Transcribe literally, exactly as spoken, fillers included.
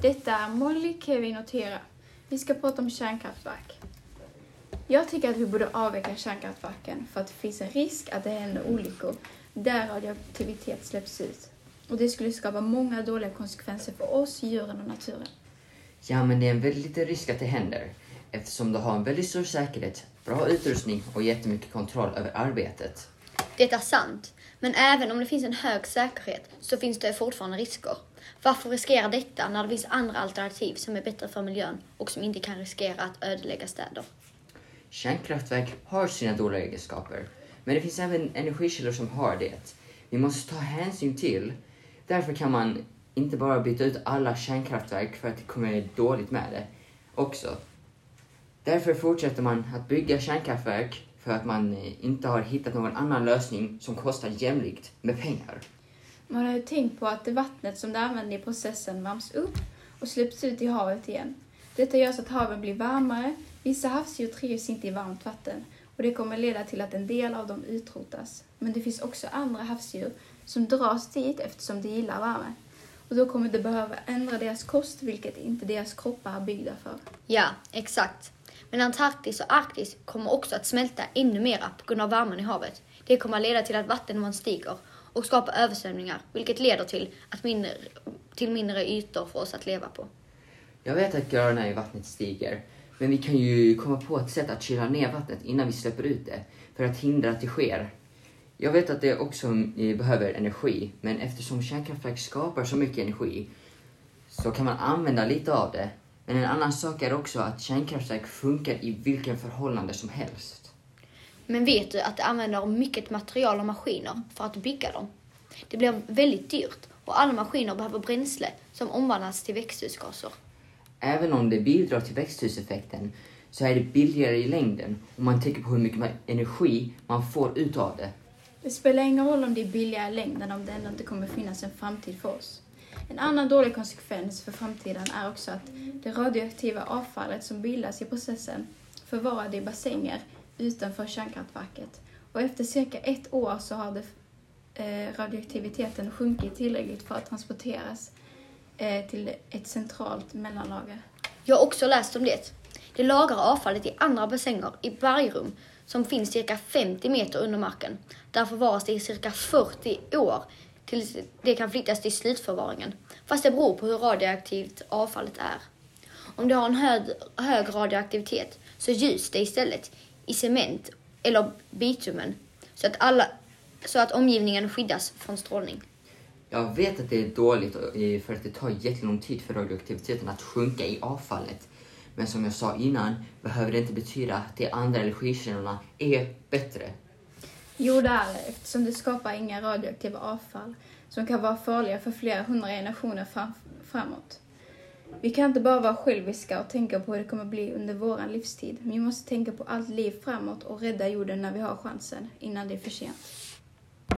Detta är Molly, Kevin och Tera. Vi ska prata om kärnkraftverk. Jag tycker att vi borde avveckla kärnkraftverken för att det finns en risk att det händer olyckor där radioaktivitet släpps ut. Och det skulle skapa många dåliga konsekvenser för oss, djuren och naturen. Ja, men det är en väldigt liten risk att det händer. Eftersom du har en väldigt stor säkerhet, bra utrustning och jättemycket kontroll över arbetet. Det är sant, men även om det finns en hög säkerhet så finns det fortfarande risker. Varför riskera detta när det finns andra alternativ som är bättre för miljön och som inte kan riskera att ödelägga städer? Kärnkraftverk har sina dåliga egenskaper, men det finns även energikällor som har det. Vi måste ta hänsyn till. Därför kan man inte bara byta ut alla kärnkraftverk för att det kommer dåligt med det också. Därför fortsätter man att bygga kärnkraftverk för att man inte har hittat någon annan lösning som kostar jämlikt med pengar. Man har ju tänkt på att det vattnet som det använder i processen värms upp och släpps ut i havet igen. Detta gör så att haven blir varmare. Vissa havsdjur trivs inte i varmt vatten och det kommer leda till att en del av dem utrotas. Men det finns också andra havsdjur som dras dit eftersom de gillar värme. Och då kommer det behöva ändra deras kost, vilket inte deras kroppar är byggda för. Ja, exakt. Men Antarktis och Arktis kommer också att smälta ännu mera på grund av värmen i havet. Det kommer att leda till att vattennivån stiger och skapa översvämningar, vilket leder till, att mindre, till mindre ytor för oss att leva på. Jag vet att graderna i vattnet stiger, men vi kan ju komma på ett sätt att kyla ner vattnet innan vi släpper ut det, för att hindra att det sker. Jag vet att det också behöver energi, men eftersom kärnkraftverk skapar så mycket energi så kan man använda lite av det. Men en annan sak är också att kärnkraftverk funkar i vilken förhållande som helst. Men vet du att det använder mycket material och maskiner för att bygga dem? Det blir väldigt dyrt och alla maskiner behöver bränsle som omvandlas till växthusgaser. Även om det bidrar till växthuseffekten så är det billigare i längden om man tänker på hur mycket energi man får ut av det. Det spelar ingen roll om det är billigare i längden om det ändå inte kommer finnas en framtid för oss. En annan dålig konsekvens för framtiden är också att det radioaktiva avfallet som bildas i processen förvaras i bassänger utanför kärnkraftverket. Och efter cirka ett år så har det, eh, radioaktiviteten sjunkit tillräckligt för att transporteras eh, till ett centralt mellanlager. Jag har också läst om det. Det lagrar avfallet i andra bassänger i bergrum som finns cirka femtio meter under marken. Där förvaras det i cirka fyrtio år tills det kan flyttas till slutförvaringen. Fast det beror på hur radioaktivt avfallet är. Om det har en hög, hög radioaktivitet så gjuts det istället i cement eller bitumen så att, alla, så att omgivningen skyddas från strålning. Jag vet att det är dåligt för att det tar jättelång tid för radioaktiviteten att sjunka i avfallet. Men som jag sa innan behöver det inte betyda att de andra energikällorna är bättre. Jo, det är det, eftersom det skapar inga radioaktiva avfall som kan vara farliga för flera hundra generationer fram, framåt. Vi kan inte bara vara själviska och tänka på hur det kommer bli under vår livstid. Men vi måste tänka på allt liv framåt och rädda jorden när vi har chansen innan det är för sent.